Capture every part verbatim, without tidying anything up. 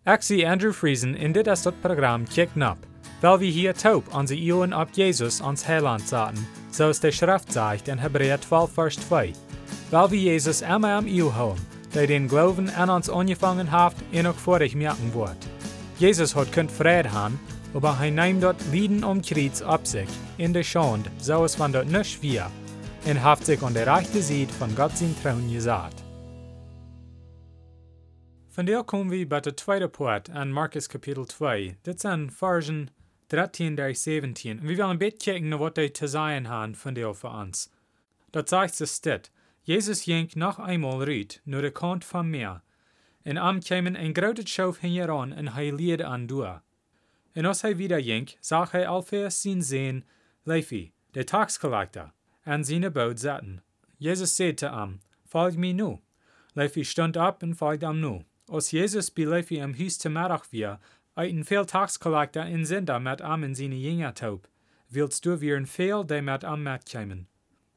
Ik zie Andrew Friesen in dit is dat programma Kijk Nap, weil wir hier taub onze Ohren op Jesus ons Heiland zaten, zoals de Schrift zegt in Hebräer twaalf vers twee. Weil wir Jesus immer am Eeuw houden, der den Glauben an uns angefangen hat en ook vorig merken wordt. Jesus hat kunt vrede haben, aber hij neemt dat Lieden om Kreuz op zich, in de Schande, zoals van dat nisch wir, en heeft zich aan de rechte Seite von Gott zijn Thron gezet. Vandaag komen we bij de tweede poort aan Markus kapitel twee. Dit zijn versen dertien tot zeventien. En we willen een beetje kijken naar wat hij te zeggen hebben vandaag voor ons. Dat zegt ze dit. Jezus ging nog eenmaal uit naar de kant van Meer. En am kwamen een grote schoof hieraan en hij leerde aan door. En als hij wieder ging, zag hij alweer zijn zoon Levi, de taxcollector, aan zijn boot zitten. Jezus zei te hem, volg mij nu. Levi stond op en volgde hem nu. Als Jezus bij Levi am huis te middag weer, eiten veel taxcollector en zender met hem en zijn jünger taub, willst du weer veel die met hem metkomen.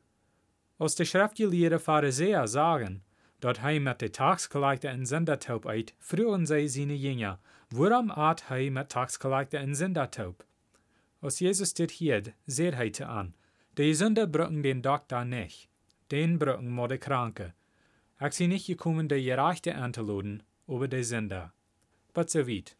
Als de schriftgeleerde Pharisäer sagen, dat hij met de taxcollector en zender taub eit, vroegen zij zijn jünger, waarom at hij met taxcollector en zender taub? Als Jezus dit hield, zei hij te aan, de zender brücken den dokter nicht, den brücken maar de kranke. Ik zie niet gekomen de gerechte aan te laden, over de zender. But so weit.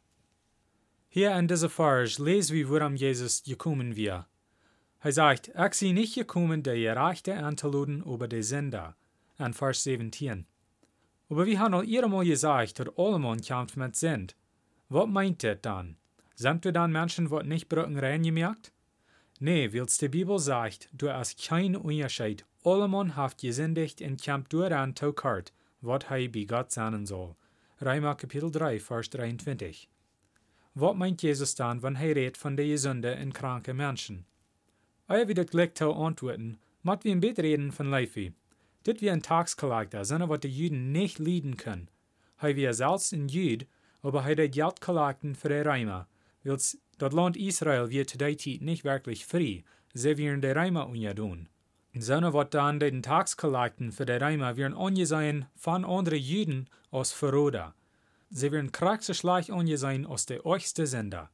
Hier in deze vers lezen we waarom Jezus gekomen weer. Hij zegt, ik zie niet gekomen de gerechte aan te laden over de zender. En vers zeventien. Aber we hebben al eenmaal gezegd dat allemaal kampt met zend. Wat meint dit dan? Zijn we dan mensen wat niet brücken reingemerkt? Nee, wils de Bibel zegt, du hast kein Unterschied. Allemaal heeft gesündigt en kampt dooraan toe hard, wat hij bij God zijn zal. Römer kapitel drie, vers drieëntwintig. Wat meint Jezus dan, wanneer hij redt van de gezonde en kranke mensen? Eer we dat gelijk toe antwoorden, moet we een beetje reden van Levi. Dit wie een taxcollector, zijn wat de Juden niet leiden kunnen. Hij weer zelfs een Jude, aber hij deed geld collecten voor de Römer. Wils dat land Israël weer te die tijd niet werkelijk vrij, ze wieren de Römer onderdoen. Zijn wat dan de taxcollecten voor de Römer wieren ongezien van andere Juden als verroder. Ze wieren krachtslag ongezien als de oegste zender.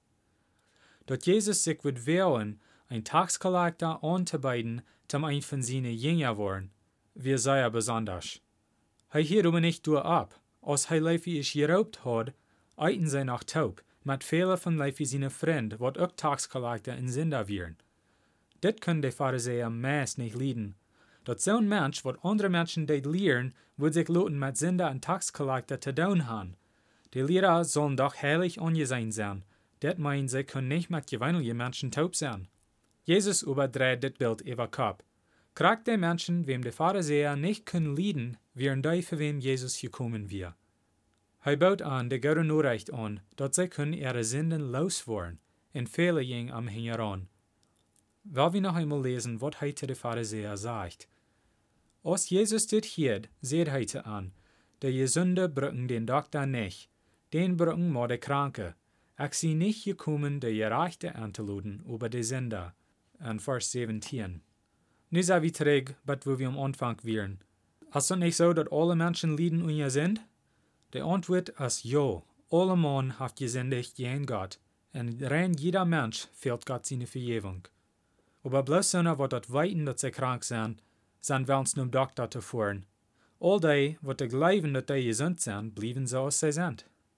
Dat Jezus zich wird wehren, een taxcollector aan te bieden, zum een van zijn jünger worden, wir sehr besonders. Hij hield hem niet door ab. Als hij Levi is geraubt had, eiten zij nog taub, met vele van Levi zijn vriend, wat ook taxcollector en zender wieren. Dit kunnen de Pharisäer meest niet leiden. Dat zo'n mens, wat andere mensen deed leren, wil zich laten met zender en taxcollector te doen hebben. De leraar zullen doch heilig ongezien zijn. Dit meint, zij kunnen niet met gewöhnliche mensen taub zijn. Jezus überdreht dit beeld over kop. Krijgt de mensen, wem de Pharisäer niet kunnen leiden, wieren die voor wem Jezus gekomen weer. Hij bouwt aan de goede Nachricht aan, dat zij kunnen ihre zinden los worden, en vele ging am hieraan. Wel we nog eenmaal lezen wat hij te de Pharisäer zegt. Als Jezus dit hield, zei hij te aan, de gezonde brücken den dokter nicht, den brücken maar de kranke. Ik zie niet gekomen de gerechte aan te laden over de zender. En vers zeventien. Nu zijn we terug, wat we am Anfang wieren. Is het niet zo dat alle mensen lijden onder sind? De antwoord is ja. Alle man heeft gesündigt gegen Gott, en rein jeder mens fehlt Gott seine Vergebung. Aber bloß so wat dat weten dat ze krank zijn, zijn wel eens naar de dokter te voeren. Al die wat de geloven dat die gezond zijn, blijven zoals zij zijn.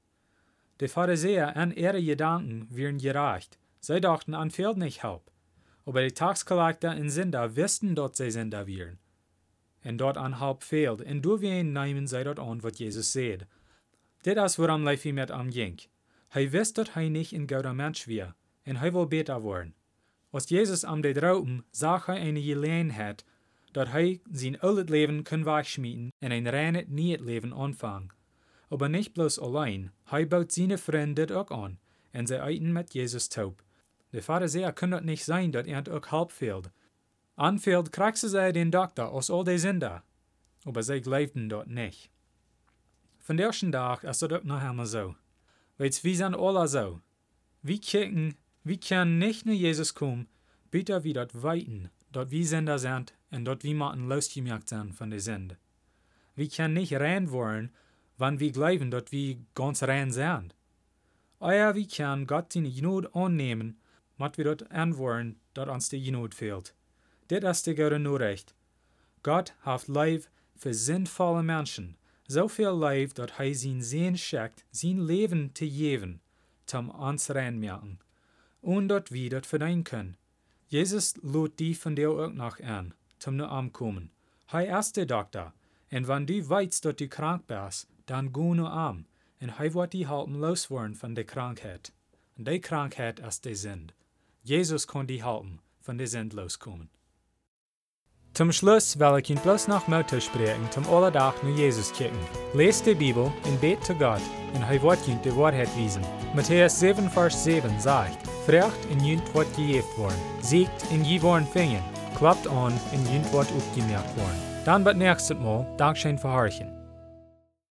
De Pharisäer en ihre Gedanken wieren gerecht. Zij dachten an fehlt nicht Help. Aber die taxcollector en zender wisten dat zij zender wieren. En dat aan Help fehlt, en doorween nemen zij dat aan wat Jezus zei. Dit is waarom Levi met hem ging. Hij wist dat hij niet een goede mens weer, en hij wil beter worden. Als Jezus am deed rauben, zag hij een gelegenheid, dat hij zijn oude leven kon wegschmieden en een reine nieuw leven aanvangen. Aber niet bloos alleen, hij bouwt zijn vriend dit ook aan, en zij eiten met Jezus taub. De Pharisäer kunnen het niet zijn dat er ook hulp fehlt. Aanfehlt krijgen zij den dokter als al de zinder, aber zij geloofden dat niet. Van de eerste dag is het ook nog helemaal zo. Weet we zijn alle zo. We kijken, we kunnen niet naar Jezus komen, beter wie dat weten, dat we zinder zijn en dat we moeten losgemerkt zijn van de zinde. We kunnen niet rein worden, wanneer we geloven dat we ganz rein zijn. Euer wie kan Gott zijn genood aannemen, mat we dat aanwoorden dat ons de genood fehlt. Dit is de goede noorrecht. Gott heeft lief voor zinvolle mensen, zoveel lief dat hij zijn zin schickt, zijn leven te geven, tom ons reinmaken, en dat we dat verdienen kunnen. Jezus loodt die van jou ook nog aan, tom naar aankomen. Hij is de dokter, en wanneer du weet dat du krank bent, dan go naar am, en hij wordt die helpen losworden van de krankheid. En die krankheid is de zind. Jezus kon die helpen van de zind loskomen. Zum Schluss wil ik je bloß nog Mutter spreken, zum alle dag naar Jezus kijken. Lees de Bibel en bid te God, en hij wordt je de waarheid wijzen. Matthäus zeven vers zeven zegt, vraagt en je wordt gegeven worden, ziekt en je worden vingen, klapt aan en je wordt opgemerkt worden. Dan bij het nächste Mal, dankzij verhargen.